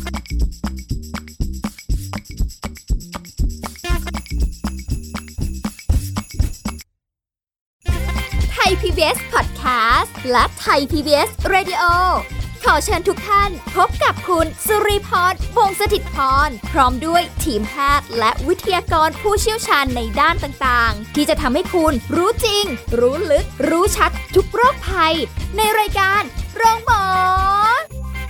ไทย PBS Podcast และไทย PBS Radio ขอเชิญทุกท่านพบกับคุณสุริพร วงศ์สถิตย์พรพร้อมด้วยทีมแพทย์และวิทยากรผู้เชี่ยวชาญในด้านต่างๆที่จะทำให้คุณรู้จริงรู้ลึกรู้ชัดทุกโรคภัยในรายการโรงพยาบาล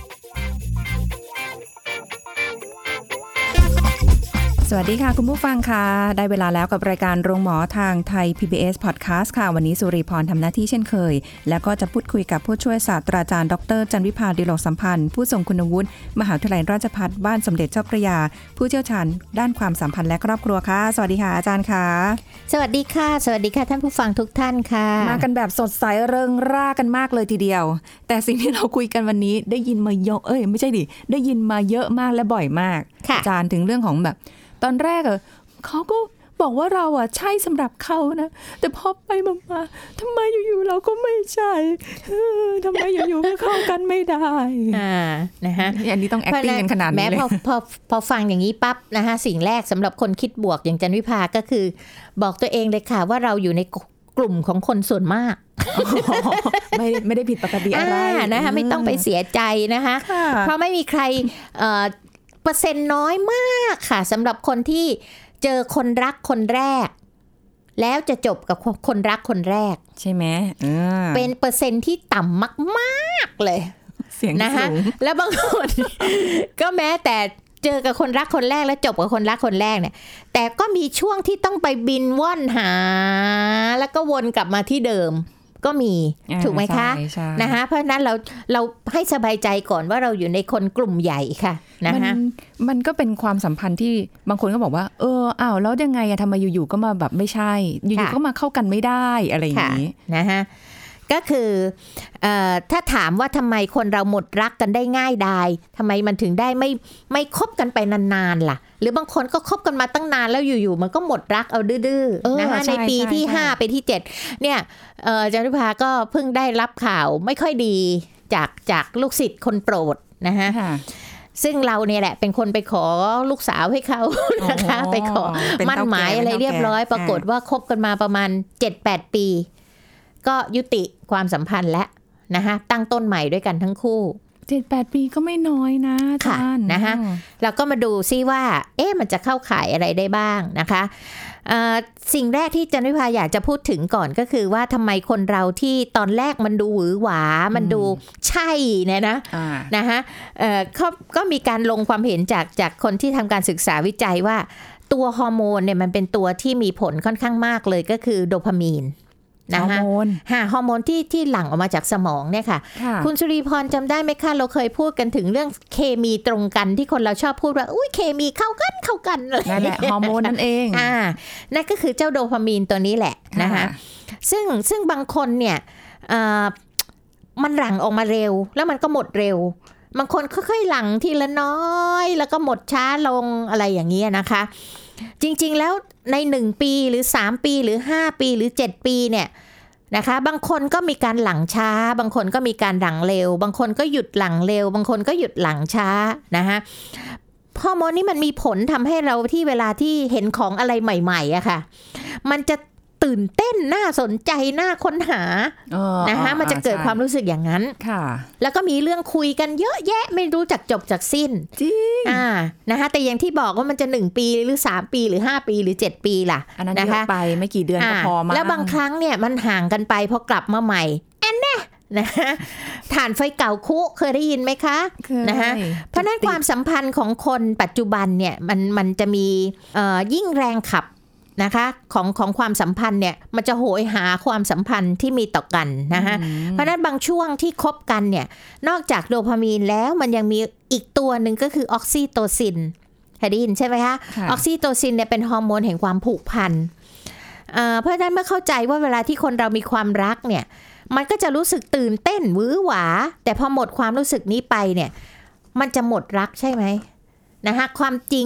สวัสดีค่ะคุณผู้ฟังค่ะได้เวลาแล้วกับรายการโรงหมอทางไทย PBS Podcast ค่ะวันนี้สุริพรทำหน้าที่เช่นเคยแล้วก็จะพูดคุยกับผู้ช่วยศาสตราจารย์ดร.จันวิภา ดิโลกสัมพันธ์ผู้ทรงคุณวุฒิมหาวิทยาลัยราชภัฏบ้านสมเด็จเจ้าพระยาผู้เชี่ยวชาญด้านความสัมพันธ์และครอบครัวค่ะสวัสดีค่ะอาจารย์ค่ะสวัสดีค่ะสวัสดีค่ะท่านผู้ฟังทุกท่านค่ะมากันแบบสดใสเริงร่ากันมากเลยทีเดียวแต่สิ่งที่เราคุยกันวันนี้ได้ยินมาเยอะไม่ใช่ดิได้ยินมาเยอะมากและบ่อยมากอาจารย์ถึงเรื่องของแบบตอนแรกเขาก็บอกว่าเราใช่สำหรับเขานะแต่พอไปมาทำไมอยู่ๆเราก็ไม่ใช่ทำไมอยู่ๆก็เข้ากันไม่ได้นะคะอันนี้ต้อง acting กันขนาดนี้เลยพอฟังอย่างนี้ปั๊บนะคะสิ่งแรกสำหรับคนคิดบวกอย่างจันวิภาก็คือบอกตัวเองเลยค่ะว่าเราอยู่ในกลุ่มของคนส่วนมากไม่ได้ผิดปกติอะไรนะคะไม่ต้องไปเสียใจนะคะเพราะไม่มีใครเปอร์เซ็นต์น้อยมากค่ะสำหรับคนที่เจอคนรักคนแรกแล้วจะจบกับคนรักคนแรกใช่ไหมเป็นเปอร์เซ็นต์ที่ต่ำมากๆเลยเสียงสูงแล้วบางคน ก็แม้แต่เจอกับคนรักคนแรกแล้วจบกับคนรักคนแรกเนี่ยแต่ก็มีช่วงที่ต้องไปบินว่อนหาแล้วก็วนกลับมาที่เดิมก็มีถูกไหมคะนะคะเพราะฉะนั้นเราให้สบายใจก่อนว่าเราอยู่ในคนกลุ่มใหญ่ค่ะนะคะมันก็เป็นความสัมพันธ์ที่บางคนก็บอกว่าอ้าวแล้วยังไงทำไมอยู่ๆก็มาแบบไม่ใช่อยู่ๆก็มาเข้ากันไม่ได้อะไรอย่างนี้นะคะก็คือถ้าถามว่าทำไมคนเราหมดรักกันได้ง่ายดายทำไมมันถึงได้ไม่คบกันไปนานๆล่ะหรือบางคนก็คบกันมาตั้งนานแล้วอยู่ๆมันก็หมดรักเอาดื้อๆนะคะในปีที่5ไปที่7เนี่ยจันวิภาก็เพิ่งได้รับข่าวไม่ค่อยดีจากลูกศิษย์คนโปรดนะคะซึ่งเราเนี่ยแหละเป็นคนไปขอลูกสาวให้เขานะคะไปขอมั่นหมายอะไรเรียบร้อยปรากฏว่าคบกันมาประมาณ 7-8 ปีก็ยุติความสัมพันธ์แล้วนะคะตั้งต้นใหม่ด้วยกันทั้งคู่ 7-8 ปีก็ไม่น้อยนะอาจารย์นะคะเราก็มาดูซิว่ามันจะเข้าข่ายอะไรได้บ้างนะคะสิ่งแรกที่จันวิภาอยากจะพูดถึงก่อนก็คือว่าทำไมคนเราที่ตอนแรกมันดูหวือหวามันดูใช่เนี่ยนะคะก็มีการลงความเห็นจากคนที่ทำการศึกษาวิจัยว่าตัวฮอร์โมนเนี่ยมันเป็นตัวที่มีผลค่อนข้างมากเลยก็คือโดพามีนนะคะฮอร์โมนที่หลั่งออกมาจากสมองเนี่ยค่ะคุณสุริพรจำได้ไหมคะเราเคยพูดกันถึงเรื่องเคมีตรงกันที่คนเราชอบพูดว่าอุ้ยเคมีเข้ากันนั่นแหละฮอร์โมนนั่นเองนั่นก็คือเจ้าโดพามีนตัวนี้แหละนะคะซึ่งบางคนเนี่ยมันหลั่งออกมาเร็วแล้วมันก็หมดเร็วบางคนค่อยๆหลั่งทีละน้อยแล้วก็หมดช้าลงอะไรอย่างเงี้ยนะคะจริงๆแล้วใน1ปีหรือ3ปีหรือ5ปีหรือ7ปีเนี่ยนะคะบางคนก็มีการหลั่งช้าบางคนก็มีการหลั่งเร็วบางคนก็หยุดหลั่งเร็วบางคนก็หยุดหลั่งช้านะคะฮอร์โมนนี้มันมีผลทำให้เราที่เวลาที่เห็นของอะไรใหม่ๆอะค่ะมันจะตื่นเต้นน่าสนใจน่าค้นหานะคะมันจะเกิดความรู้สึกอย่างนั้นแล้วก็มีเรื่องคุยกันเยอะแยะไม่รู้จักจบจากสิ้นจริงนะคะแต่อย่างที่บอกว่ามันจะ1ปีหรือ3ปีหรือ5ปีหรือ7ปีล่ะอันนั้นเยอะไปไม่กี่เดือนก็พอมาแล้วบางครั้งเนี่ยมันห่างกันไปพอกลับมาใหม่นะถ่านไฟเก่าคุเคยได้ยินไหมคะนะคะเพราะนั้นความสัมพันธ์ของคนปัจจุบันเนี่ยมันจะมียิ่งแรงขับนะคะของความสัมพันธ์เนี่ยมันจะโหยหาความสัมพันธ์ที่มีต่อกันนะคะเพราะนั้นบางช่วงที่คบกันเนี่ยนอกจากโดพามีนแล้วมันยังมีอีกตัวหนึ่งก็คือออกซิโตซินเคยได้ยินใช่ไหมคะออกซิโตซินเนี่ยเป็นฮอร์โมนแห่งความผูกพันเพราะฉะนั้นเมื่อเข้าใจว่าเวลาที่คนเรามีความรักเนี่ยมันก็จะรู้สึกตื่นเต้นหวือหวาแต่พอหมดความรู้สึกนี้ไปเนี่ยมันจะหมดรักใช่ไหมนะคะความจริง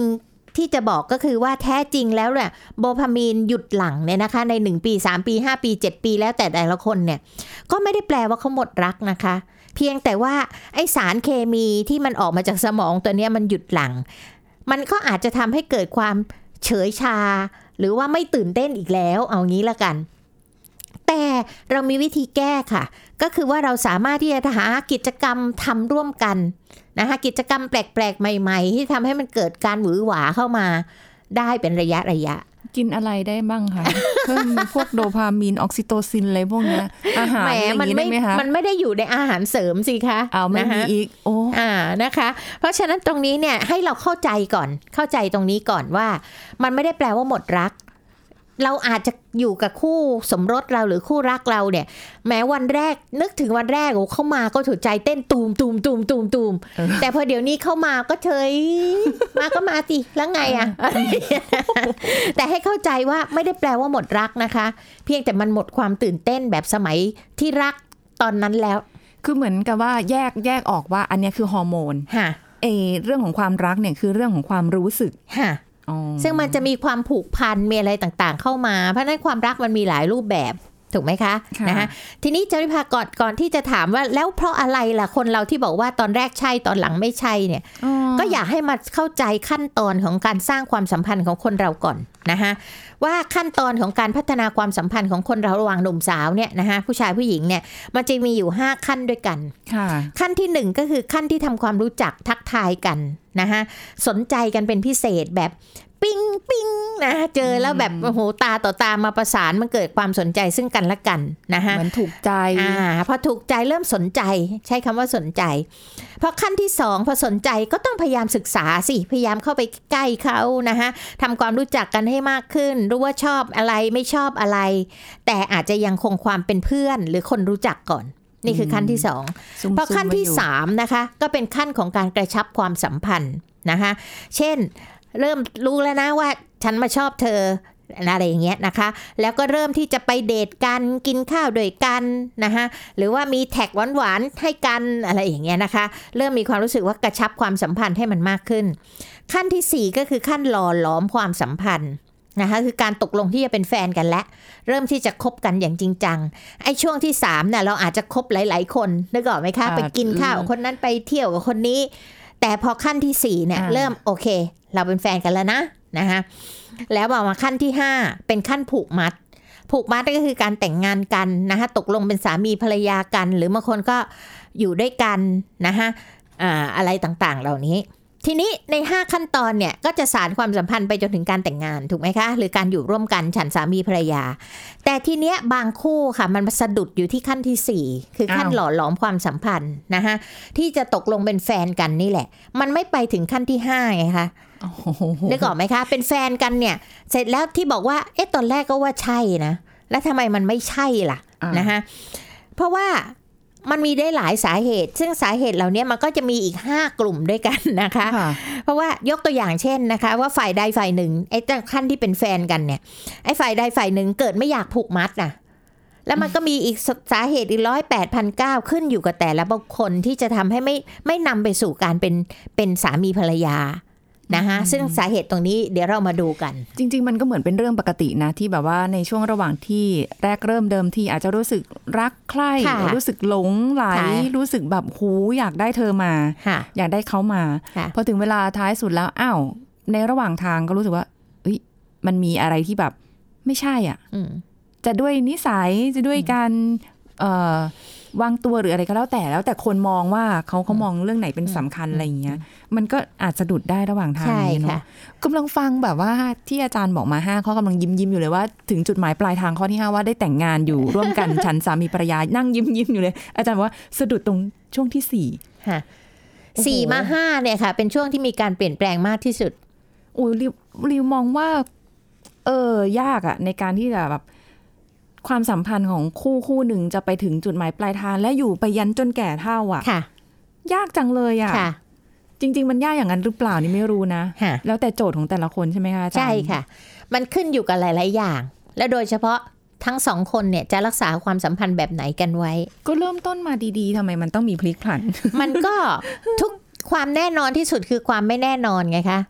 ที่จะบอกก็คือว่าแท้จริงแล้วเนี่ยโดพามีนหยุดหลั่งเนี่ยนะคะใน1ปี3ปี5ปี7ปีแล้วแต่ละคนเนี่ยก็ไม่ได้แปลว่าเขาหมดรักนะคะเพียงแต่ว่าไอสารเคมีที่มันออกมาจากสมองตัวเนี้ยมันหยุดหลั่งมันก็อาจจะทำให้เกิดความเฉยชาหรือว่าไม่ตื่นเต้นอีกแล้วเอางี้ละกันแต่เรามีวิธีแก้ค่ะก็คือว่าเราสามารถที่จะหากิจกรรมทำร่วมกันนะคะกิจกรรมแปลกๆใหม่ๆที่ทำให้มันเกิดการหวือหวาเข้ามาได้เป็นระยะกินอะไรได้บ้างคะเพิ่มพวกโดพามีนออกซิโตซินอะไรพวกนี้อาหารอะไรอย่างนี้ได้ไหมคะมันไม่ได้อยู่ในอาหารเสริมสิคะเอาไม่มีอีกโอ้นะคะเพราะฉะนั้นตรงนี้เนี่ยให้เราเข้าใจตรงนี้ก่อนว่ามันไม่ได้แปลว่าหมดรักเราอาจจะอยู่กับคู่สมรสเราหรือคู่รักเราเนี่ยแม้วันแรกนึกถึงวันแรกโอ้เข้ามาก็ถูกใจเต้นตูมแต่พอเดี๋ยวนี้เข้ามาก็เฉยมาก็มาสิแล้วไงอ่ะ แต่ให้เข้าใจว่าไม่ได้แปลว่าหมดรักนะคะเพียงแต่มันหมดความตื่นเต้นแบบสมัยที่รักตอนนั้นแล้วคือเหมือนกับว่าแยกออกว่าอันนี้คือฮอร์โมนเรื่องของความรักเนี่ยคือเรื่องของความรู้สึกซึ่งมันจะมีความผูกพันมีอะไรต่างๆเข้ามาเพราะนั้นความรักมันมีหลายรูปแบบถูกไหมคะนะคะทีนี้จริพาก่อนที่จะถามว่าแล้วเพราะอะไรล่ะคนเราที่บอกว่าตอนแรกใช่ตอนหลังไม่ใช่เนี่ยก็อยากให้มาเข้าใจขั้นตอนของการสร้างความสัมพันธ์ของคนเราก่อนนะคะว่าขั้นตอนของการพัฒนาความสัมพันธ์ของคนเราระหว่างหนุ่มสาวเนี่ยนะคะผู้ชายผู้หญิงเนี่ยมันจะมีอยู่5ขั้นด้วยกันขั้นที่1ก็คือขั้นที่ทำความรู้จักทักทายกันนะคะสนใจกันเป็นพิเศษแบบปิ้งนะเจอแล้วแบบโอ้โหตาต่อตามาประสานมันเกิดความสนใจซึ่งกันและกันนะคะมันถูกใจพอถูกใจเริ่มสนใจใช้คำว่าสนใจพอขั้นที่2พอสนใจก็ต้องพยายามศึกษาสิพยายามเข้าไปใกล้เขานะคะทำความรู้จักกันให้มากขึ้นรู้ว่าชอบอะไรไม่ชอบอะไรแต่อาจจะยังคงความเป็นเพื่อนหรือคนรู้จักก่อนนี่คือขั้นที่2พอขั้นที่3นะคะก็เป็นขั้นของการกระชับความสัมพันธ์นะคะเช่นเริ่มรู้แล้วนะว่าฉันมาชอบเธออะไรอย่างเงี้ยนะคะแล้วก็เริ่มที่จะไปเดทกันกินข้าวด้วยกันนะคะหรือว่ามีแท็กหวานๆให้กันอะไรอย่างเงี้ยนะคะเริ่มมีความรู้สึกว่ากระชับความสัมพันธ์ให้มันมากขึ้นขั้นที่4ก็คือขั้นหล่อหลอมความสัมพันธ์นะคะคือการตกลงที่จะเป็นแฟนกันและเริ่มที่จะคบกันอย่างจริงจังไอ้ช่วงที่3เนี่ยเราอาจจะคบหลายๆคนนึกออกไหมคะไปกินข้าวคนนั้นไปเที่ยวกับคนนี้แต่พอขั้นที่4เนี่ยเริ่มโอเคเราเป็นแฟนกันแล้วนะคะแล้วมาขั้นที่5เป็นขั้นผูกมัดก็คือการแต่งงานกันนะคะตกลงเป็นสามีภรรยากันหรือบางคนก็อยู่ด้วยกันนะคะอะไรต่างๆเหล่านี้ทีนี้ใน5ขั้นตอนเนี่ยก็จะสานความสัมพันธ์ไปจนถึงการแต่งงานถูกไหมคะหรือการอยู่ร่วมกันฉันสามีภรรยาแต่ทีเนี้ยบางคู่ค่ะมันสะดุดอยู่ที่ขั้นที่4คือขั้นหล่อหลอมความสัมพันธ์นะคะที่จะตกลงเป็นแฟนกันนี่แหละมันไม่ไปถึงขั้นที่5ไงคะนึกออกไหมคะเป็นแฟนกันเนี่ยเสร็จแล้วที่บอกว่าตอนแรกก็ว่าใช่นะแล้วทำไมมันไม่ใช่ล่ะนะคะเพราะว่ามันมีได้หลายสาเหตุซึ่งสาเหตุเหล่านี้มันก็จะมีอีก5กลุ่มด้วยกันนะคะเพราะว่ายกตัวอย่างเช่นนะคะว่าฝ่ายใดฝ่ายหนึ่งไอ้ขั้นที่เป็นแฟนกันเนี่ยไอ้ฝ่ายใดฝ่ายหนึ่งเกิดไม่อยากผูกมัดนะแล้วมันก็มีอีกสาเหตุอีก108,900ขึ้นอยู่กับแต่ละบุคคลที่จะทำให้ไม่นำไปสู่การเป็นสามีภรรยานะคะซึ่งสาเหตุตรงนี้เดี๋ยวเรามาดูกันจริงๆมันก็เหมือนเป็นเรื่องปกตินะที่แบบว่าในช่วงระหว่างที่แรกเริ่มเดิมทีอาจจะรู้สึกรักใคร่รู้สึกหลงไหลรู้สึกแบบหูอยากได้เธอมาอยากได้เขามาพอถึงเวลาท้ายสุดแล้วอ้าวในระหว่างทางก็รู้สึกว่ามันมีอะไรที่แบบไม่ใช่อ่ะจะด้วยนิสัยจะด้วยการวางตัวหรืออะไรก็แล้วแต่คนมองว่าเขามองเรื่องไหนเป็นสำคัญอะไรอย่างเงี้ยมันก็อาจจะดุดได้ระหว่างทางนี้เนาะกำลังฟังแบบว่าที่อาจารย์บอกมา5ข้อกำลังยิ้มอยู่เลยว่าถึงจุดหมายปลายทางข้อที่5ว่าได้แต่งงานอยู่ ร่วมกัน ฉันสามีภรรยานั่งยิ้มอยู่เลยอาจารย์บอกว่าสะดุดตรงช่วงที่4 ค่ะ4 มา 5เนี่ยค่ะเป็นช่วงที่มีการเปลี่ยนแปลงมากที่สุดโอ้ริวมองว่ายากอะในการที่จะแบบความสัมพันธ์ของคู่หนึ่งจะไปถึงจุดหมายปลายทางและอยู่ไปยันจนแก่เฒ่าอ่ะยากจังเลยอ่ะจริงๆมันยากอย่างนั้นหรือเปล่านี่ไม่รู้นะแล้วแต่โจทย์ของแต่ละคนใช่ไหมคะอาจารย์ใช่ค่ะมันขึ้นอยู่กับหลายๆอย่างและโดยเฉพาะทั้งสองคนเนี่ยจะรักษาความสัมพันธ์แบบไหนกันไว้ก็เริ่มต้นมาดีๆทำไมมันต้องมีพลิกผันมันก็ทุกความแน่นอนที่สุดคือความไม่แน่นอนไงคะ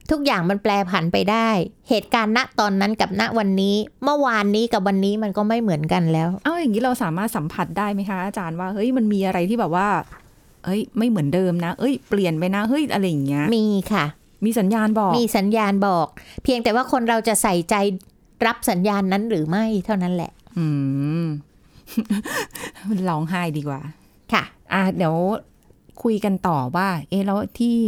ทุกอย่างมันแปรผันไปได้เหตุการณ์ณตอนนั้นกับณวันนี้เมื่อวานนี้กับวันนี้มันก็ไม่เหมือนกันแล้วอย่างนี้เราสามารถสัมผัสได้ไหมคะอาจารย์ว่าเฮ้ยมันมีอะไรที่แบบว่าไม่เหมือนเดิมนะเปลี่ยนไปนะอะไรอย่างเงี้ยมีค่ะมีสัญญาณบอกเพียงแต่ว่าคนเราจะใส่ใจรับสัญญาณนั้นหรือไม่เท่านั้นแหละร้องไห้ดีกว่าค่ะเดี๋ยวคุยกันต่อว่าแล้วที่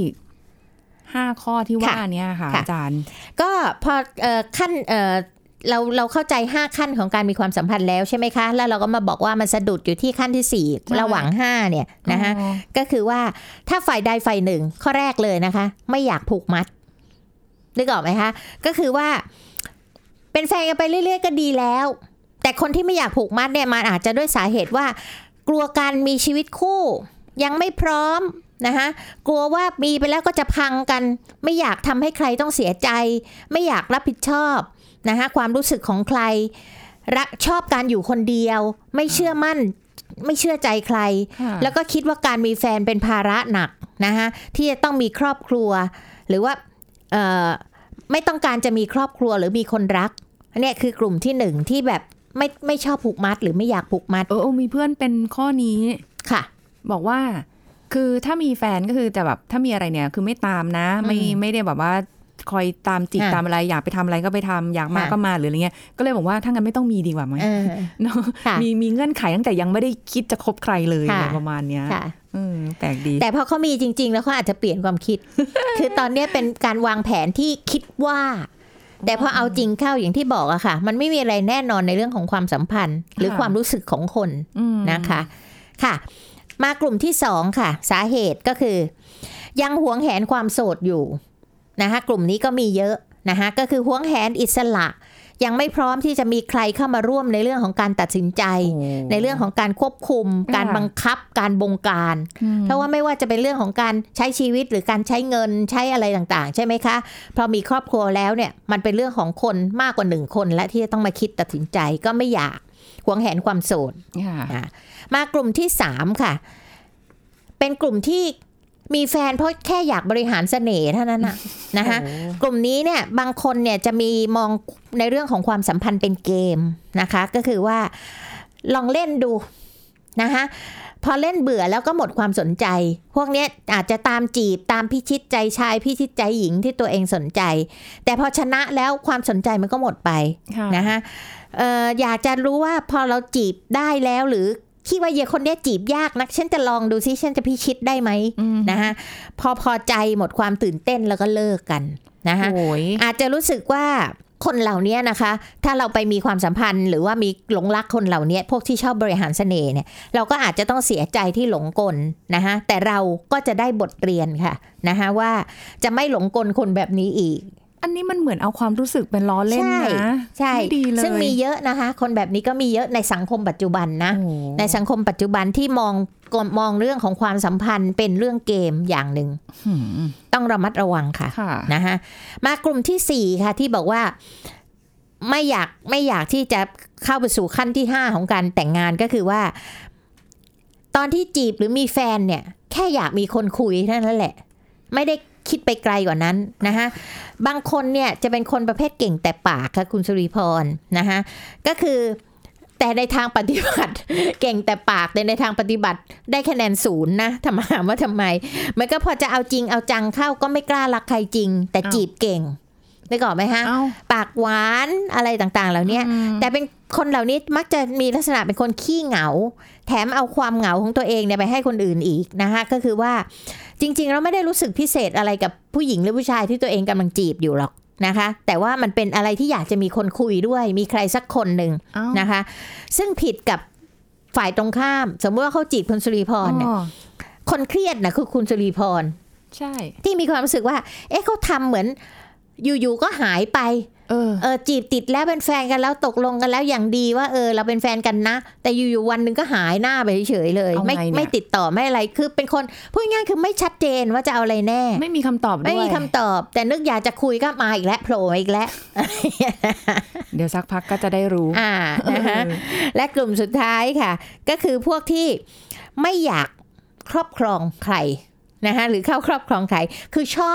5ข้อที่ว่านี้ค่ะอาจารย์ก็พอขั้นเราเข้าใจ5ขั้นของการมีความสัมพันธ์แล้วใช่ไหมคะแล้วเราก็มาบอกว่ามันสะดุดอยู่ที่ขั้นที่4ระหว่าง5เนี่ยนะคะก็คือว่าถ้าฝ่ายใดฝ่ายหนึ่งข้อแรกเลยนะคะไม่อยากผูกมัดนึกออกไหมคะก็คือว่าเป็นแฟนกันไปเรื่อยๆก็ดีแล้วแต่คนที่ไม่อยากผูกมัดเนี่ยมันอาจจะด้วยสาเหตุว่ากลัวการมีชีวิตคู่ยังไม่พร้อมนะคะกลัวว่ามีไปแล้วก็จะพังกันไม่อยากทำให้ใครต้องเสียใจไม่อยากรับผิดชอบนะคะความรู้สึกของใครรักชอบการอยู่คนเดียวไม่เชื่อมั่นไม่เชื่อใจใครแล้วก็คิดว่าการมีแฟนเป็นภาระหนักนะคะที่จะต้องมีครอบครัวหรือว่าไม่ต้องการจะมีครอบครัวหรือมีคนรักเนี่ยคือกลุ่มที่1ที่แบบไม่ชอบผูกมัดหรือไม่อยากผูกมัดมีเพื่อนเป็นข้อนี้ค่ะบอกว่าคือถ้ามีแฟนก็คือจะแบบถ้ามีอะไรเนี่ยคือไม่ตามนะไม่ได้แบบว่าคอยตามจีบตามอะไรอยากไปทำอะไรก็ไปทำอยากมาก็มาหรืออะไรเงี้ยก็เลยบอกว่าถ้างั้นไม่ต้องมีดีกว่าไหมเนาะมีเงื่อนไขตั้งแต่ยังไม่ได้คิดจะคบใครเลยประมาณเนี้ยแปลกดีแต่พอเขามีจริงๆแล้วเขาอาจจะเปลี่ยนความคิด คือตอนนี้เป็นการวางแผนที่คิดว่าแต่พอเอาจริงเข้าอย่างที่บอกอะค่ะมันไม่มีอะไรแน่นอนในเรื่องของความสัมพันธ์หรือความรู้สึกของคนนะคะค่ะมากลุ่มที่2ค่ะสาเหตุก็คือยังหวงแหนความโสดอยู่นะคะกลุ่มนี้ก็มีเยอะนะคะก็คือหวงแหนอิสระยังไม่พร้อมที่จะมีใครเข้ามาร่วมในเรื่องของการตัดสินใจในเรื่องของการควบคุมการบังคับการบงการเพราะว่าไม่ว่าจะเป็นเรื่องของการใช้ชีวิตหรือการใช้เงินใช้อะไรต่างๆใช่ไหมคะพอมีครอบครัวแล้วเนี่ยมันเป็นเรื่องของคนมากกว่า1คนและที่จะต้องมาคิดตัดสินใจก็ไม่อยากหวงแหนความโสดมากลุ่มที่3ค่ะเป็นกลุ่มที่มีแฟนเพราะแค่อยากบริหารเสน่ห์เท่านั้นนะคะกลุ่มนี้เนี่ยบางคนเนี่ยจะมีมองในเรื่องของความสัมพันธ์เป็นเกมนะคะก็คือว่าลองเล่นดูนะคะพอเล่นเบื่อแล้วก็หมดความสนใจพวกนี้อาจจะตามจีบตามพิชิตใจชายพิชิตใจหญิงที่ตัวเองสนใจแต่พอชนะแล้วความสนใจมันก็หมดไปนะคะอยากจะรู้ว่าพอเราจีบได้แล้วหรือคิดว่าเยคนนี้จีบยากนักฉันจะลองดูซิฉันจะพิชิตได้ไหมนะคะพอใจหมดความตื่นเต้นแล้วก็เลิกกันนะคะอาจจะรู้สึกว่าคนเหล่านี้นะคะถ้าเราไปมีความสัมพันธ์หรือว่ามีหลงรักคนเหล่านี้พวกที่ชอบบริหารเสน่ห์เนี่ยเราก็อาจจะต้องเสียใจที่หลงกลนะคะแต่เราก็จะได้บทเรียนค่ะนะคะว่าจะไม่หลงกลคนแบบนี้อีกอันนี้มันเหมือนเอาความรู้สึกเป็นล้อเล่นนะใช่ซึ่งมีเยอะนะคะคนแบบนี้ก็มีเยอะในสังคมปัจจุบันนะในสังคมปัจจุบันที่มองเรื่องของความสัมพันธ์เป็นเรื่องเกมอย่างหนึ่งต้องระมัดระวังค่ะนะคะมากลุ่มที่4ค่ะที่บอกว่าไม่อยากที่จะเข้าไปสู่ขั้นที่5ของการแต่งงานก็คือว่าตอนที่จีบหรือมีแฟนเนี่ยแค่อยากมีคนคุยเท่านั้นแหละไม่ได้คิดไปไกลกว่านั้นนะคะบางคนเนี่ยจะเป็นคนประเภทเก่งแต่ปากค่ะคุณสุริพรนะคะก็คือแต่ในทางปฏิบัติ เก่งแต่ปากแต่ในทางปฏิบัติได้คะแนน0นะถามว่าทำไมมันก็พอจะเอาจริงเอาจังเข้าก็ไม่กล้ารักใครจริงแต่จีบเก่งได้ก่อนไหมฮะปากหวานอะไรต่างๆเหล่านี้แต่เป็นคนเหล่านี้มักจะมีลักษณะเป็นคนขี้เหงาแถมเอาความเหงาของตัวเองเนี่ยไปให้คนอื่นอีกนะคะก็คือว่าจริงๆเราไม่ได้รู้สึกพิเศษอะไรกับผู้หญิงหรือผู้ชายที่ตัวเองกำลังจีบอยู่หรอกนะคะแต่ว่ามันเป็นอะไรที่อยากจะมีคนคุยด้วยมีใครสักคนหนึ่งนะคะซึ่งผิดกับฝ่ายตรงข้ามสมมติว่าเขาจีบคุณสุริพรเนี่ยคนเครียดนะคือคุณสุริพรใช่ที่มีความรู้สึกว่าเขาทำเหมือนอยู่ๆก็หายไปจีบติดแล้วเป็นแฟนกันแล้วตกลงกันแล้วอย่างดีว่าเราเป็นแฟนกันนะแต่อยู่ๆวันนึงก็หายหน้าไปเฉยๆเลยไม่ติดต่อไม่อะไรคือเป็นคนพูดง่ายคือไม่ชัดเจนว่าจะเอาอะไรแน่ไม่มีคำตอบด้วยไม่มีคำตอบแต่นึกอยากจะคุยก็มาอีกแล้วโผล่อีกแล้วเดี๋ยวสักพักก็จะได้รู้นะคะและกลุ่มสุดท้ายค่ะก็คือพวกที่ไม่อยากครอบครองใครนะคะหรือเข้าครอบครองใครคือชอบ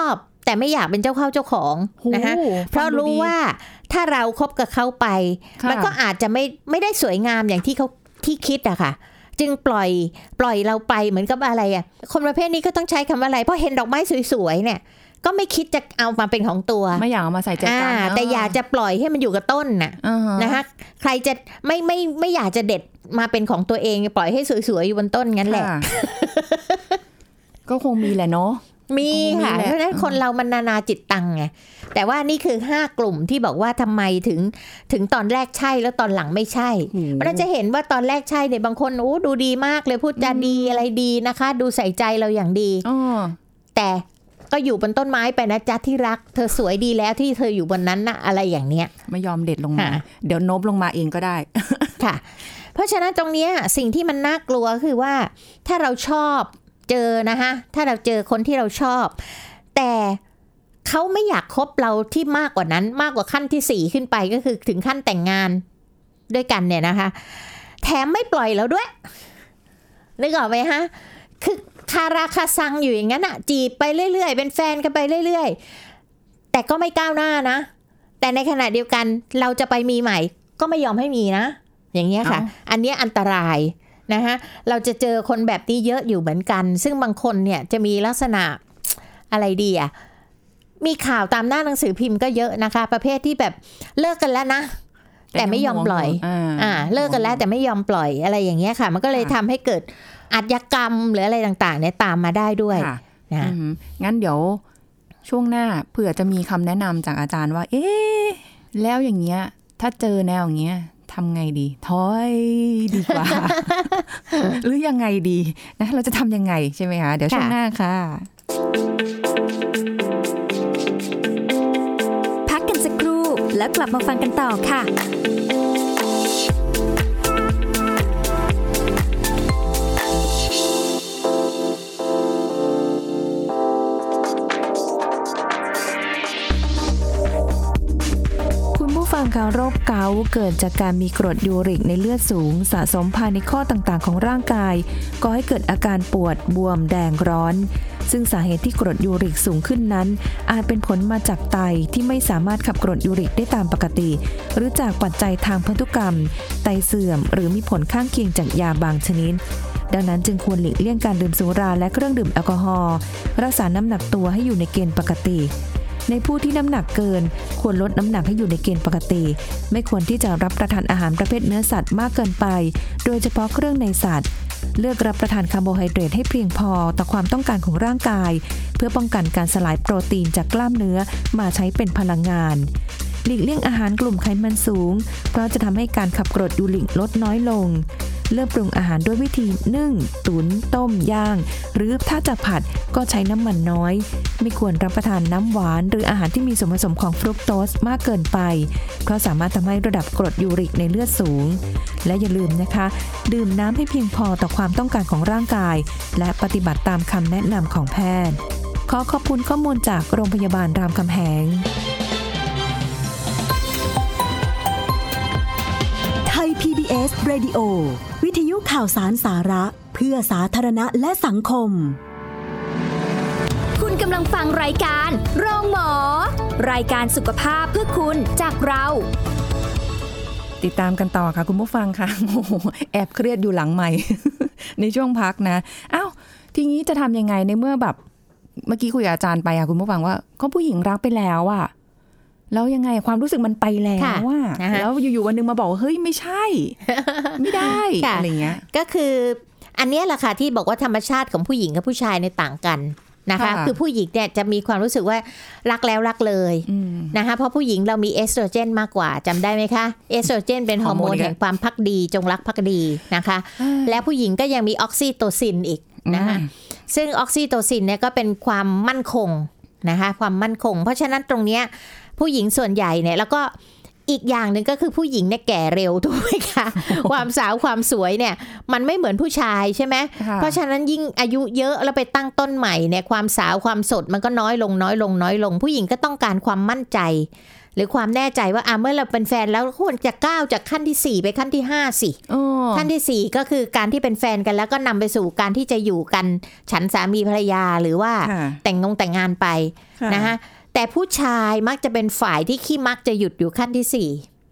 แต่ไม่อยากเป็นเจ้าเข้าเจ้าของนะคะเพราะรู้ว่าถ้าเราคบกับเขาไปมันก็อาจจะไม่ได้สวยงามอย่างที่เขาที่คิดอะค่ะจึงปล่อยเราไปเหมือนกับอะไรอะคนประเภทนี้ก็ต้องใช้คำว่าอะไรเพราะเห็นดอกไม้สวยๆเนี่ยก็ไม่คิดจะเอามาเป็นของตัวไม่อยากเอามาใส่ใจกันแต่อยากจะปล่อยให้มันอยู่กับต้นน่ะนะคะใครจะไม่อยากจะเด็ดมาเป็นของตัวเองปล่อยให้สวยๆอยู่บนต้นงั้นแหละก็คงมีแหละเนาะมีค่ะเพราะฉะนั้นคนเรามันนานาจิตตังไงแต่ว่านี่คือ5กลุ่มที่บอกว่าทำไมถึงตอนแรกใช่แล้วตอนหลังไม่ใช่เราจะเห็นว่าตอนแรกใช่เนี่ยบางคนดูดีมากเลยพูดจาดีอะไรดีนะคะดูใส่ใจเราอย่างดีแต่ก็อยู่บนต้นไม้ไปนะจ๊ะที่รักเธอสวยดีแล้วที่เธออยู่บนนั้นนะอะไรอย่างเนี้ยไม่ยอมเด็ดลงมาเดี๋ยวนบลงมาเองก็ได้ค่ะเพราะฉะนั้นตรงนี้สิ่งที่มันน่ากลัวคือว่าถ้าเราชอบเจอนะคะถ้าเราเจอคนที่เราชอบแต่เขาไม่อยากคบเราที่มากกว่านั้นมากกว่าขั้นที่4ขึ้นไปก็คือถึงขั้นแต่งงานด้วยกันเนี่ยนะคะแถมไม่ปล่อยเราด้วยนึกออกไหมฮะคือคาราคาซังอยู่อย่างนั้นอะจีบไปเรื่อยๆเป็นแฟนกันไปเรื่อยๆแต่ก็ไม่ก้าวหน้านะแต่ในขณะเดียวกันเราจะไปมีใหม่ก็ไม่ยอมให้มีนะอย่างเงี้ยค่ะอันนี้อันตรายนะคะเราจะเจอคนแบบนี้เยอะอยู่เหมือนกันซึ่งบางคนเนี่ยจะมีลักษณะอะไรดีอ่ะมีข่าวตามหน้าหนังสือพิมพ์ก็เยอะนะคะประเภทที่แบบเลิกกันแล้วนะแต่ไม่ยอมปล่อยเลิกกันแล้วแต่ไม่ยอมปล่อยอะไรอย่างเงี้ยค่ะมันก็เลยทำให้เกิดอาชญากรรมหรืออะไรต่างๆเนี่ยตามมาได้ด้วยนะงั้นเดี๋ยวช่วงหน้าเผื่อจะมีคำแนะนำจากอาจารย์ว่าแล้วอย่างเงี้ยถ้าเจอแนวอย่างเงี้ยทำไงดีถอยดีกว่า หรือยังไงดีนะเราจะทำยังไงใช่ไหมคะเดี๋ยวช่วงหน้าค่ะพักกันสักครู่แล้วกลับมาฟังกันต่อค่ะฟังค่ะโรคเกาต์เกิดจากการมีกรดยูริกในเลือดสูงสะสมภายในข้อต่างๆของร่างกายก่อให้เกิดอาการปวดบวมแดงร้อนซึ่งสาเหตุที่กรดยูริกสูงขึ้นนั้นอาจเป็นผลมาจากไตที่ไม่สามารถขับกรดยูริกได้ตามปกติหรือจากปัจจัยทางพันธุกรรมไตเสื่อมหรือมีผลข้างเคียงจากยาบางชนิดดังนั้นจึงควรหลีกเลี่ยงการดื่มสุราและเครื่องดื่มแอลกอฮอล์รักษาน้ำหนักตัวให้อยู่ในเกณฑ์ปกติในผู้ที่น้ำหนักเกินควรลดน้ำหนักให้อยู่ในเกณฑ์ปกติไม่ควรที่จะรับประทานอาหารประเภทเนื้อสัตว์มากเกินไปโดยเฉพาะเครื่องในสัตว์เลือกรับประทานคาร์โบไฮเดรตให้เพียงพอต่อความต้องการของร่างกายเพื่อป้องกันการสลายโปรตีนจากกล้ามเนื้อมาใช้เป็นพลังงานหลีกเลี่ยงอาหารกลุ่มไขมันสูงเพราะจะทำให้การขับกรดยูริกลดน้อยลงเลือกปรุงอาหารด้วยวิธีนึ่งตุ๋นต้มย่างหรือถ้าจะผัดก็ใช้น้ำมันน้อยไม่ควรรับประทานน้ำหวานหรืออาหารที่มีส่วนผสมของฟรุกโตสมากเกินไปเพราะสามารถทำให้ระดับกรดยูริกในเลือดสูงและอย่าลืมนะคะดื่มน้ำให้เพียงพอต่อความต้องการของร่างกายและปฏิบัติตามคำแนะนำของแพทย์ขอขอบคุณข้อมูลจากโรงพยาบาลรามคำแหงไทย PBS Radio วิทยุข่าวสารสาระเพื่อสาธารณะและสังคมคุณกำลังฟังรายการโรงหมอรายการสุขภาพเพื่อคุณจากเราติดตามกันต่อค่ะคุณผู้ฟังค่ะแอบเครียดอยู่หลังใหม่ ในช่วงพักนะอ้าวทีนี้จะทำยังไงในเมื่อแบบเมื่อกี้คุยกับอาจารย์ไปค่ะคุณผู้ฟังว่าเขาผู้หญิงรักไปแล้วอะแล้วยังไงความรู้สึกมันไปแล้วว่าแล้วอยู่ๆวันนึงมาบอกเฮ้ยไม่ใช่ ไม่ได้อะไรเงี้ยก็คืออันนี้แหละค่ะที่บอกว่าธรรมชาติของผู้หญิงกับผู้ชายในต่างกันนะคะคือผู้หญิงเนี่ยจะมีความรู้สึกว่ารักแล้วรักเลยนะคะเพราะผู้หญิงเรามีเอสโตรเจนมากกว่าจำได้ไหมคะเอสโตรเจนเป็นฮอร์โมนแห่งความภักดีจงรักภักดีนะคะและผู้หญิงก็ยังมีออกซิโตซินอีกนะคะซึ่งออกซิโตซินเนี่ยก็เป็นความมั่นคงนะคะความมั่นคงเพราะฉะนั้นตรงเนี้ยผู้หญิงส่วนใหญ่เนี่ยแล้วก็อีกอย่างหนึ่งก็คือผู้หญิงเนี่ยแก่เร็วถูกไหมคะความสาวความสวยเนี่ยมันไม่เหมือนผู้ชายใช่ไหมเพราะฉะนั้นยิ่งอายุเยอะแล้วไปตั้งต้นใหม่เนี่ยความสาวความสดมันก็น้อยลงผู้หญิงก็ต้องการความมั่นใจหรือความแน่ใจว่าเมื่อเราเป็นแฟนแล้วควรจะก้าวจากขั้นที่4ไปขั้นที่5สิขั้นที่4ก็คือการที่เป็นแฟนกันแล้วก็นำไปสู่การที่จะอยู่กันฉันสามีภรรยาหรือว่าแต่งงานไปนะคะแต่ผู้ชายมักจะเป็นฝ่ายที่ขี้มักจะหยุดอยู่ขั้นที่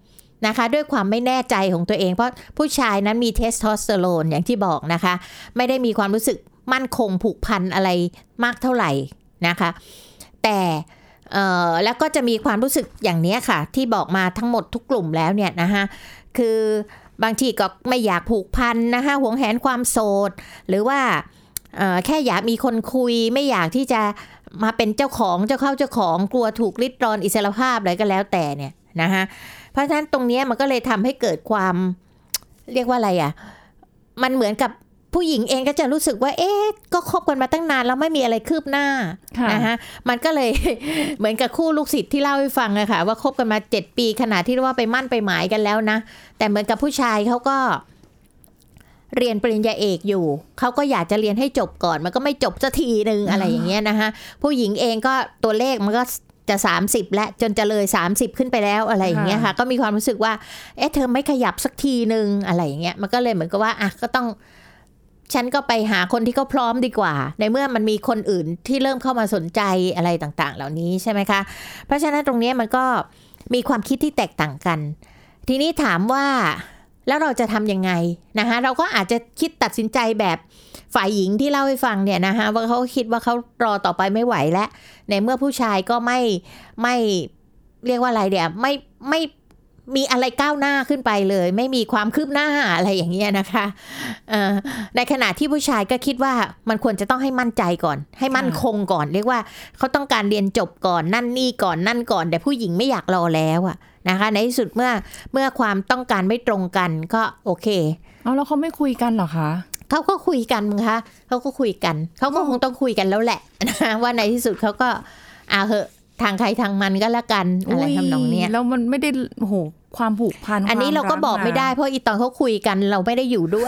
4นะคะด้วยความไม่แน่ใจของตัวเองเพราะผู้ชายนั้นมีเทสโทสเตอโรนอย่างที่บอกนะคะไม่ได้มีความรู้สึกมั่นคงผูกพันอะไรมากเท่าไหร่นะคะแต่แล้วก็จะมีความรู้สึกอย่างนี้ค่ะที่บอกมาทั้งหมดทุกกลุ่มแล้วเนี่ยนะคะคือบางทีก็ไม่อยากผูกพันนะคะหวงแหนความโสดหรือว่าแค่อยากมีคนคุยไม่อยากที่จะมาเป็นเจ้าของเจ้าของกลัวถูกริดรอนอิสรภาพอะไรก็แล้วแต่เนี่ยนะคะเพราะฉะนั้นตรงนี้มันก็เลยทำให้เกิดความเรียกว่าอะไรอ่ะมันเหมือนกับผู้หญิงเองก็จะรู้สึกว่าก็คบกันมาตั้งนานแล้วไม่มีอะไรคืบหน้านะคะมันก็เลย เหมือนกับคู่ลูกศิษย์ที่เล่าให้ฟังอะค่ะว่าคบกันมา7 ปีขนาดที่ว่าไปมั่นไปหมายกันแล้วนะแต่เหมือนกับผู้ชายเขาก็เรียนปริญญาเอกอยู่เขาก็อยากจะเรียนให้จบก่อนมันก็ไม่จบสักทีนึงอะไรอย่างเงี้ยนะคะผู้หญิงเองก็ตัวเลขมันก็จะ30และจนจะเลย30ขึ้นไปแล้วอะไรอย่างเงี้ยค่ะก็มีความรู้สึกว่าเธอไม่ขยับสักทีนึงอะไรอย่างเงี้ยมันก็เลยเหมือนกับว่าก็ต้องฉันก็ไปหาคนที่เขาพร้อมดีกว่าในเมื่อมันมีคนอื่นที่เริ่มเข้ามาสนใจอะไรต่างๆเหล่านี้ใช่ไหมคะเพราะฉะนั้นตรงนี้มันก็มีความคิดที่แตกต่างกันทีนี้ถามว่าแล้วเราจะทำยังไงนะคะเราก็อาจจะคิดตัดสินใจแบบฝ่ายหญิงที่เล่าให้ฟังเนี่ยนะคะว่าเขาคิดว่าเขารอต่อไปไม่ไหวแล้วในเมื่อผู้ชายก็ไม่เรียกว่าอะไรเดี๋ยวไม่มีอะไรก้าวหน้าขึ้นไปเลยไม่มีความคืบหน้าอะไรอย่างเงี้ยนะคะในขณะที่ผู้ชายก็คิดว่ามันควรจะต้องให้มั่นใจก่อนให้มั่นคงก่อนเรียกว่าเขาต้องการเรียนจบก่อนนั่นนี่ก่อนนั่นก่อนแต่ผู้หญิงไม่อยากรอแล้วอะนะคะในที่สุดเมื่อความต้องการไม่ตรงกันก็โอเคแล้วเขาไม่คุยกันเหรอคะเขาก็คุยกันมั้งคะเขาก็คุยกันเขาก็คงต้องคุยกันแล้วแหละนะว่าในที่สุดเขาก็เหอะทางใครทางมันก็แล้วกันอะไรทำนองเนี้ยแล้วมันไม่ได้โหความผูกพันอันนี้เราก็บอกไม่ได้เพราะอีตอนเขาคุยกันเราไม่ได้อยู่ด้วย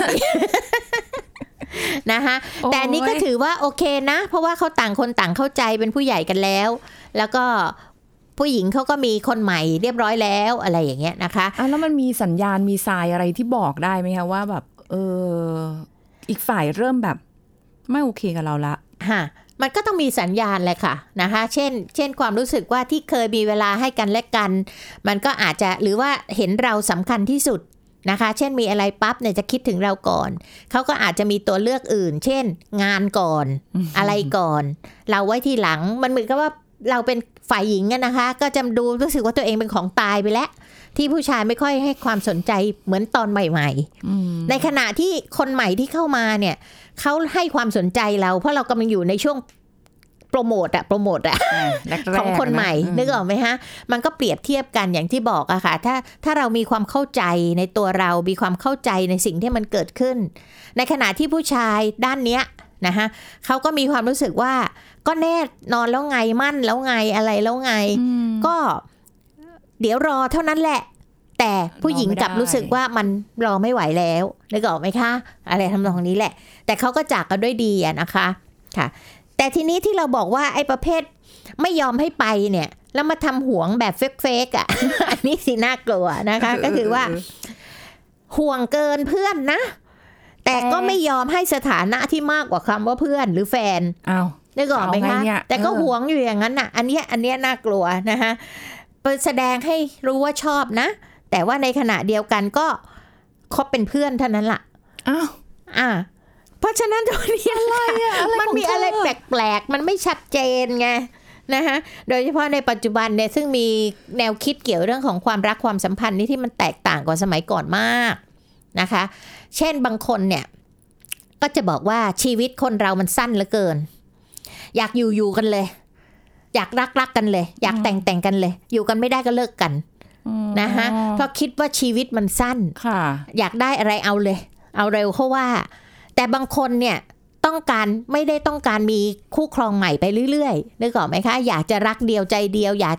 นะคะแต่อันนี้ก็ถือว่าโอเคนะเพราะว่าเขาต่างคนต่างเข้าใจเป็นผู้ใหญ่กันแล้วแล้วก็ผู้หญิงเขาก็มีคนใหม่เรียบร้อยแล้วอะไรอย่างเงี้ยนะคะแล้วมันมีสัญญาณมีทรายอะไรที่บอกได้ไหมคะว่าแบบอีกฝ่ายเริ่มแบบไม่โอเคกับเราละมันก็ต้องมีสัญญาณแหละค่ะนะคะเช่นความรู้สึกว่าที่เคยมีเวลาให้กันและกันมันก็อาจจะหรือว่าเห็นเราสำคัญที่สุดนะคะเช่นมีอะไรปั๊บเนี่ยจะคิดถึงเราก่อนเขาก็อาจจะมีตัวเลือกอื่นเช่นงานก่อน อะไรก่อนเราไว้ทีหลังมันเหมือนกับว่าเราเป็นฝ่ายหญิงนะคะก็จะดูรู้สึกว่าตัวเองเป็นของตายไปแล้วที่ผู้ชายไม่ค่อยให้ความสนใจเหมือนตอนใหม่ๆในขณะที่คนใหม่ที่เข้ามาเนี่ยเขาให้ความสนใจเราเพราะเรากำลังอยู่ในช่วงโปรโมทของคนใหม่นึกออกไหมฮะมันก็เปรียบเทียบกันอย่างที่บอกอะค่ะถ้าเรามีความเข้าใจในตัวเรามีความเข้าใจในสิ่งที่มันเกิดขึ้นในขณะที่ผู้ชายด้านเนี้ยนะคะเขาก็มีความรู้สึกว่าก็แน่นอนแล้วไงมั่นแล้วไงอะไรแล้วไงก็เดี๋ยวรอเท่านั้นแหละแต่ผู้หญิงกลับรู้สึกว่ามันรอไม่ไหวแล้วนึกออกไหมคะอะไรทำนองนี้แหละแต่เขาก็จากกันด้วยดีอะนะคะค่ะแต่ทีนี้ที่เราบอกว่าไอ้ประเภทไม่ยอมให้ไปเนี่ยแล้วมาทำหวงแบบเฟกๆอ่ะ อันนี้สิน่ากลัวนะคะก็คือว่าห่วงเกินเพื่อนนะแต่ก็ไม่ยอมให้สถานะที่มากกว่าคำว่าเพื่อนหรือแฟนนึกออกไหมคะแต่ก็ห่วงอยู่อย่างนั้นน่ะอันเนี้ยน่ากลัวนะคะแสดงให้รู้ว่าชอบนะแต่ว่าในขณะเดียวกันก็คบเป็นเพื่อนเท่านั้นล่ะเพราะฉะนั้นตรงนี้มันมีอะไรแปลกๆมันไม่ชัดเจนไงนะคะโดยเฉพาะในปัจจุบันเนี่ยซึ่งมีแนวคิดเกี่ยวเรื่องของความรักความสัมพันธ์นี่ที่มันแตกต่างกว่าสมัยก่อนมากนะคะเช่นบางคนเนี่ยก็จะบอกว่าชีวิตคนเรามันสั้นเหลือเกินอยากอยู่กันเลยอยากรักกันเลยอยากแต่งกันเลยอยู่กันไม่ได้ก็เลิกกันนะคะเพราะคิดว่าชีวิตมันสั้นอยากได้อะไรเอาเลยเอาเร็วเขาว่าแต่บางคนเนี่ยไม่ได้ต้องการมีคู่ครองใหม่ไปเรื่อยๆนึกออกไหมคะอยากจะรักเดียวใจเดียวอยากจะถ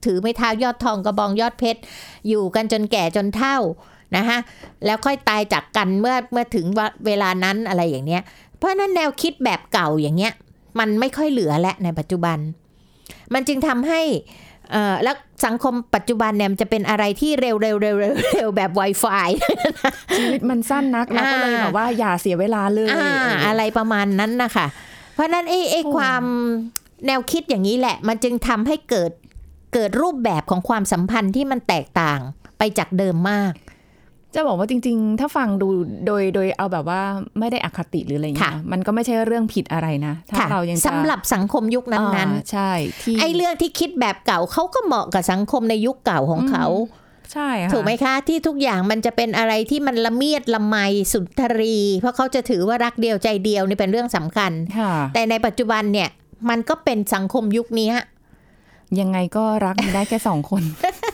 ถือไม้เท้ายอดทองกระบองยอดเพชรอยู่กันจนแก่จนเฒ่านะคะแล้วค่อยตายจากกันเมื่อถึงเวลานั้นอะไรอย่างเนี้ยเพราะนั้นแนวคิดแบบเก่าอย่างเงี้ยมันไม่ค่อยเหลือแล้วในปัจจุบันมันจึงทำให้แล้วสังคมปัจจุบันเนี่ยมันจะเป็นอะไรที่เร็วแบบ Wi-Fi ชีวิตมันสั้นนักแล้วก็เลยแบบว่าอย่าเสียเวลาเลยอะไรประมาณนั้นนะคะเพราะนั้นไอ้ความแนวคิดอย่างนี้แหละมันจึงทำให้เกิดรูปแบบของความสัมพันธ์ที่มันแตกต่างไปจากเดิมมากจะบอกว่าจริงๆถ้าฟังดูโดยเอาแบบว่าไม่ได้อคติหรืออะไรอย่างเงี้ยมันก็ไม่ใช่เรื่องผิดอะไรนะถ้าเรายังสำหรับสังคมยุคนั้นใช่ที่ไอ้เรื่องที่คิดแบบเก่าเขาก็เหมาะกับสังคมในยุคเก่าของเขาใช่ค่ะถูกไหมคะที่ทุกอย่างมันจะเป็นอะไรที่มันละเมียดละไมสุนทรีเพราะเขาจะถือว่ารักเดียวใจเดียวนี่เป็นเรื่องสำคัญแต่ในปัจจุบันเนี่ยมันก็เป็นสังคมยุคนี้ยังไงก็รักมีได้แค่2 คน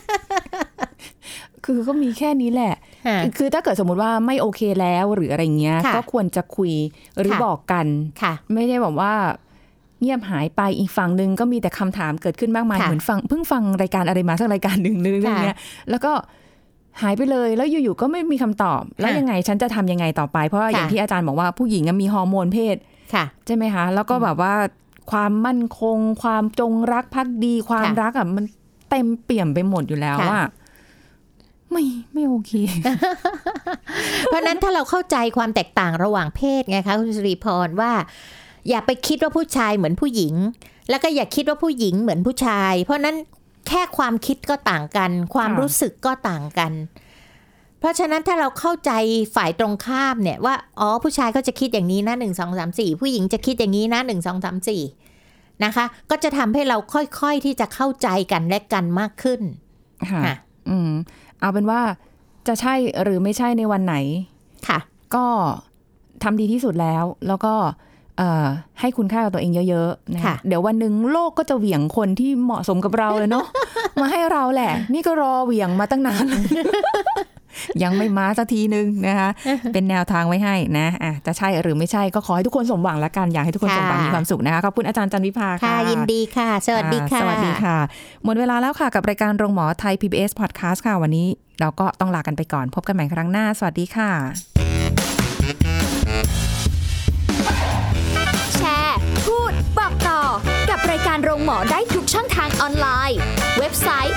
คือก็มีแค่นี้แหละคือถ้าเกิดสมมติว่าไม่โอเคแล้วหรืออะไรเงี้ยก็ควรจะคุยหรือบอกกันไม่ได้บอกว่าเงียบหายไปอีกฝั่งนึงก็มีแต่คำถามเกิดขึ้นมากมายเหมือนเพิ่งฟังรายการอะไรมาสักรายการหนึ่งเรื่องเนี้ยแล้วก็หายไปเลยแล้วอยู่ๆก็ไม่มีคำตอบแล้วยังไงฉันจะทำยังไงต่อไปเพราะอย่างที่อาจารย์บอกว่าผู้หญิงมีฮอร์โมนเพศใช่ไหมคะแล้วก็แบบว่าความมั่นคงความจงรักภักดีความรักมันเต็มเปี่ยมไปหมดอยู่แล้วไม่โอเคเพราะนั้นถ้าเราเข้าใจความแตกต่างระหว่างเพศไงคะคุณสิริพรว่าอย่าไปคิดว่าผู้ชายเหมือนผู้หญิงแล้วก็อย่าคิดว่าผู้หญิงเหมือนผู้ชายเพราะนั้นแค่ความคิดก็ต่างกันความรู้สึกก็ต่างกันเพราะฉะนั้นถ้าเราเข้าใจฝ่ายตรงข้ามเนี่ยว่าอ๋อผู้ชายก็จะคิดอย่างนี้นะ1 2 3 4ผู้หญิงจะคิดอย่างนี้นะ1 2 3 4นะคะก็จะทำให้เราค่อยๆที่จะเข้าใจกันและกันมากขึ้นค่ะเอาเป็นว่าจะใช่หรือไม่ใช่ในวันไหนค่ะก็ทำดีที่สุดแล้วก็ให้คุณค่ากับตัวเองเยอะๆนะเดี๋ยววันหนึ่งโลกก็จะเหวี่ยงคนที่เหมาะสมกับเราเลยเนาะ มาให้เราแหละนี่ก็รอเหวี่ยงมาตั้งนาน ยังไม่มาสักทีนึงนะคะเป็นแนวทางไว้ให้นะจะใช่หรือไม่ใช่ก็ขอให้ทุกคนสมหวังละกันอยากให้ทุกคนสมหวังมีความสุขนะคะขอบคุณอาจารย์จันวิภาค่ะยินดีค่ะสวัสดีค่ะสวัสดีค่ะหมดเวลาแล้วค่ะกับรายการโรงหมอไทย PBS Podcast ค่ะวันนี้เราก็ต้องลากันไปก่อนพบกันใหม่ครั้งหน้าสวัสดีค่ะแชร์พูดบอกต่อกับรายการโรงหมอได้ทุกช่องทางออนไลน์เว็บไซต์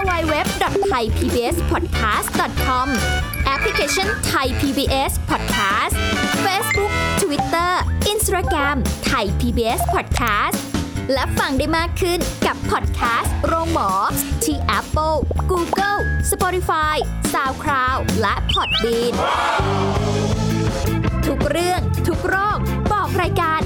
www.thaipbspodcast.com แอปพลิเคชัน Thai PBS Podcast Facebook Twitter Instagram Thai PBS Podcast และฟังได้มากขึ้นกับพอดแคสต์โรงหมอที่ Apple, Google, Spotify, SoundCloud และ Podbean ทุกเรื่องทุกโรคบอกรายการ